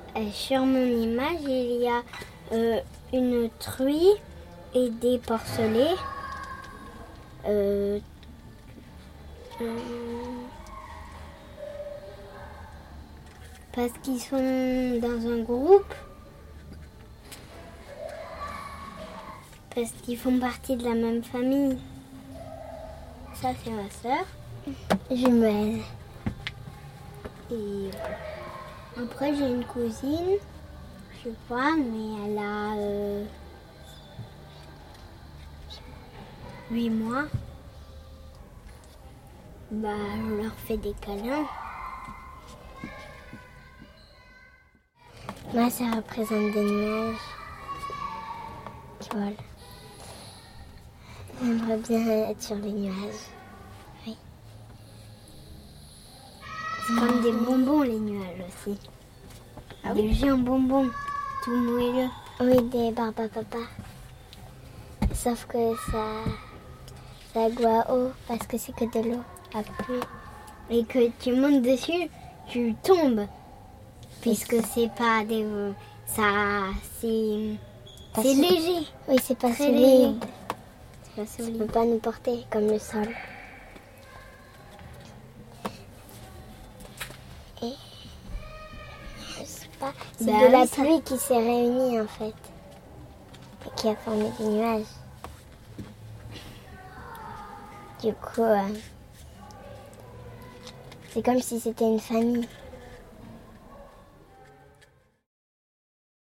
sur mon image, il y a une truie et des porcelets. Parce qu'ils sont dans un groupe. Parce qu'ils font partie de la même famille. Ça, c'est ma sœur jumelle. Et après, j'ai une cousine, je sais pas, mais elle a 8 mois. Bah, je leur fais des câlins. Moi, ça représente des nuages qui volent. J'aimerais bien être sur les nuages. Oui. C'est comme des bonbons, les nuages aussi. Ah oui? Des géants bonbons, tout moelleux. Oui, des barbapapa. Sauf que ça goûte à eau parce que c'est que de l'eau à pluie. Et que tu montes dessus, tu tombes. Puisque c'est pas des... c'est léger. Oui, c'est pas solide. Ça ne peut pas nous porter comme le sol. Et je sais pas, c'est de la pluie qui s'est réunie en fait. Et qui a formé des nuages. Du coup, c'est comme si c'était une famille.